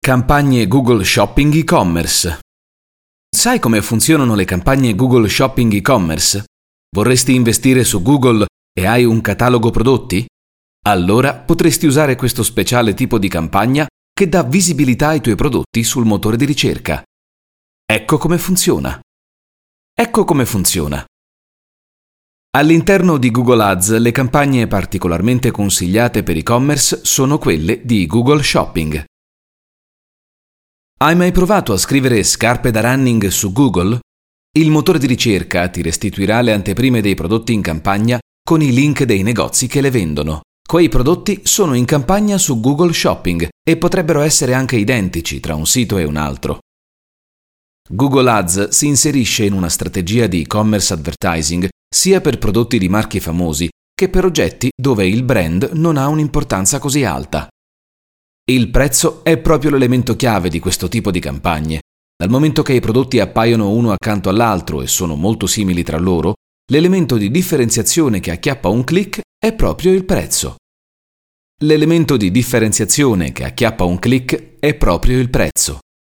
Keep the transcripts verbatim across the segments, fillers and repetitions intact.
Campagne Google Shopping e-commerce. Sai come funzionano le campagne Google Shopping e-commerce? Vorresti investire su Google e hai un catalogo prodotti? Allora potresti usare questo speciale tipo di campagna che dà visibilità ai tuoi prodotti sul motore di ricerca. Ecco come funziona. Ecco come funziona. All'interno di Google Ads, le campagne particolarmente consigliate per e-commerce sono quelle di Google Shopping. Hai mai provato a scrivere scarpe da running su Google? Il motore di ricerca ti restituirà le anteprime dei prodotti in campagna con i link dei negozi che le vendono. Quei prodotti sono in campagna su Google Shopping e potrebbero essere anche identici tra un sito e un altro. Google Ads si inserisce in una strategia di e-commerce advertising sia per prodotti di marchi famosi che per oggetti dove il brand non ha un'importanza così alta. Il prezzo è proprio l'elemento chiave di questo tipo di campagne. Dal momento che i prodotti appaiono uno accanto all'altro e sono molto simili tra loro, l'elemento di differenziazione che acchiappa un click è proprio il prezzo. L'elemento di differenziazione che acchiappa un click è proprio il prezzo.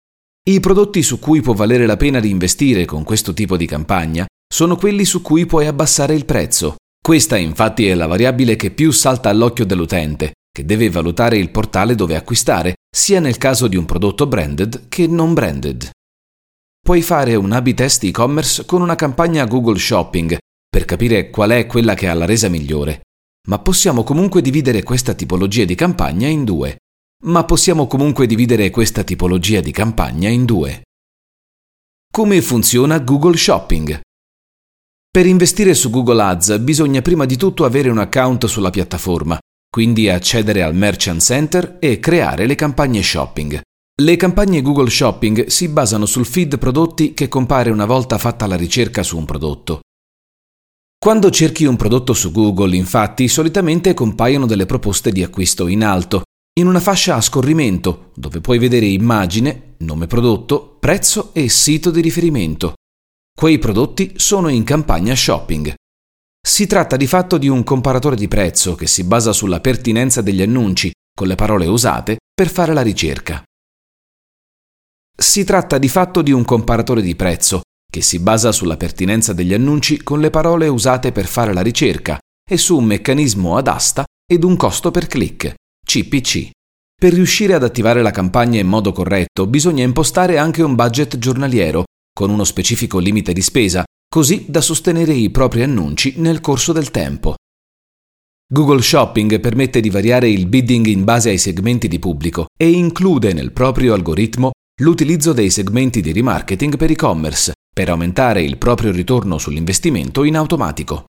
I prodotti su cui può valere la pena di investire con questo tipo di campagna sono quelli su cui puoi abbassare il prezzo. Questa infatti è la variabile che più salta all'occhio dell'utente, che deve valutare il portale dove acquistare, sia nel caso di un prodotto branded che non branded. Puoi fare un A B test e-commerce con una campagna Google Shopping per capire qual è quella che ha la resa migliore, ma possiamo comunque dividere questa tipologia di campagna in due. Ma possiamo comunque dividere questa tipologia di campagna in due. Come funziona Google Shopping? Per investire su Google Ads bisogna prima di tutto avere un account sulla piattaforma, quindi accedere al Merchant Center e creare le campagne shopping. Le campagne Google Shopping si basano sul feed prodotti che compare una volta fatta la ricerca su un prodotto. Quando cerchi un prodotto su Google, infatti, solitamente compaiono delle proposte di acquisto in alto, in una fascia a scorrimento, dove puoi vedere immagine, nome prodotto, prezzo e sito di riferimento. Quei prodotti sono in campagna shopping. Si tratta di fatto di un comparatore di prezzo che si basa sulla pertinenza degli annunci con le parole usate per fare la ricerca. Si tratta di fatto di un comparatore di prezzo che si basa sulla pertinenza degli annunci con le parole usate per fare la ricerca e su un meccanismo ad asta ed un costo per click, C P C. Per riuscire ad attivare la campagna in modo corretto bisogna impostare anche un budget giornaliero con uno specifico limite di spesa, così da sostenere i propri annunci nel corso del tempo. Google Shopping permette di variare il bidding in base ai segmenti di pubblico e include nel proprio algoritmo l'utilizzo dei segmenti di remarketing per e-commerce per aumentare il proprio ritorno sull'investimento in automatico.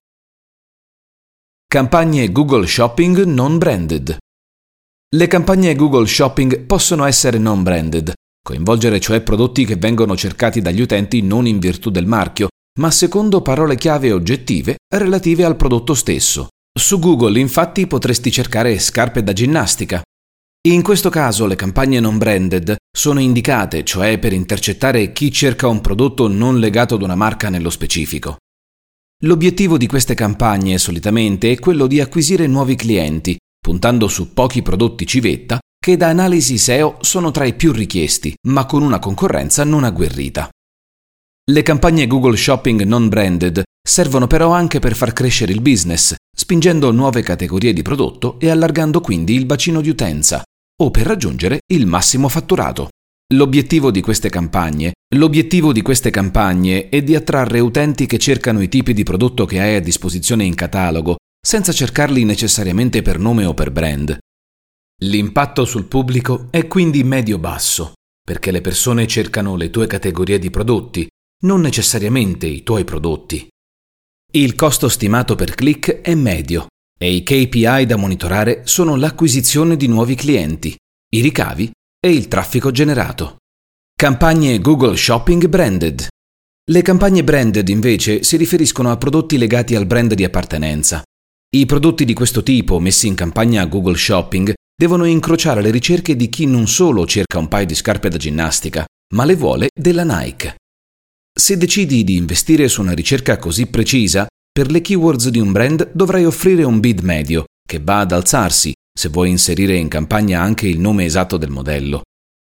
Campagne Google Shopping non branded. Le campagne Google Shopping possono essere non branded, coinvolgere cioè prodotti che vengono cercati dagli utenti non in virtù del marchio, ma secondo parole chiave oggettive relative al prodotto stesso. Su Google, infatti, potresti cercare scarpe da ginnastica. In questo caso le campagne non branded sono indicate, cioè per intercettare chi cerca un prodotto non legato ad una marca nello specifico. L'obiettivo di queste campagne solitamente è quello di acquisire nuovi clienti, puntando su pochi prodotti civetta che da analisi S E O sono tra i più richiesti, ma con una concorrenza non agguerrita. Le campagne Google Shopping non branded servono però anche per far crescere il business, spingendo nuove categorie di prodotto e allargando quindi il bacino di utenza, o per raggiungere il massimo fatturato. L'obiettivo di queste campagne, l'obiettivo di queste campagne è di attrarre utenti che cercano i tipi di prodotto che hai a disposizione in catalogo, senza cercarli necessariamente per nome o per brand. L'impatto sul pubblico è quindi medio-basso, perché le persone cercano le tue categorie di prodotti, non necessariamente i tuoi prodotti. Il costo stimato per click è medio e i K P I da monitorare sono l'acquisizione di nuovi clienti, i ricavi e il traffico generato. Campagne Google Shopping branded. Le campagne branded invece si riferiscono a prodotti legati al brand di appartenenza. I prodotti di questo tipo messi in campagna Google Shopping devono incrociare le ricerche di chi non solo cerca un paio di scarpe da ginnastica, ma le vuole della Nike. Se decidi di investire su una ricerca così precisa, per le keywords di un brand dovrai offrire un bid medio, che va ad alzarsi se vuoi inserire in campagna anche il nome esatto del modello.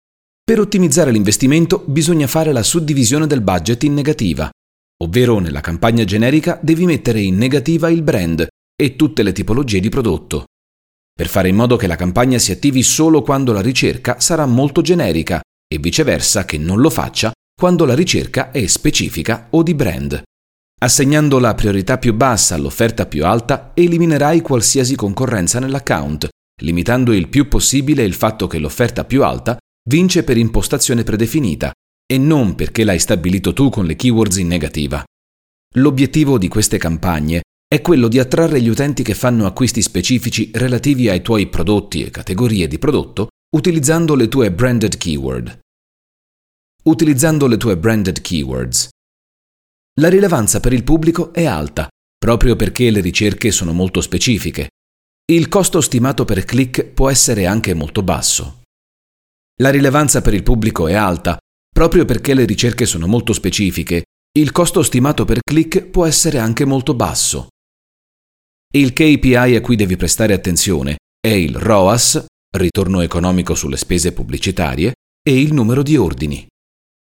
Per ottimizzare l'investimento bisogna fare la suddivisione del budget in negativa, ovvero nella campagna generica devi mettere in negativa il brand e tutte le tipologie di prodotto, per fare in modo che la campagna si attivi solo quando la ricerca sarà molto generica e viceversa che non lo faccia quando la ricerca è specifica o di brand. Assegnando la priorità più bassa all'offerta più alta, eliminerai qualsiasi concorrenza nell'account, limitando il più possibile il fatto che l'offerta più alta vince per impostazione predefinita e non perché l'hai stabilito tu con le keywords in negativa. L'obiettivo di queste campagne è quello di attrarre gli utenti che fanno acquisti specifici relativi ai tuoi prodotti e categorie di prodotto utilizzando le tue branded keyword. Utilizzando le tue branded keywords. La rilevanza per il pubblico è alta, proprio perché le ricerche sono molto specifiche. Il costo stimato per click può essere anche molto basso. La rilevanza per il pubblico è alta, proprio perché le ricerche sono molto specifiche. Il costo stimato per click può essere anche molto basso. Il K P I a cui devi prestare attenzione è il R O A S, ritorno economico sulle spese pubblicitarie, e il numero di ordini.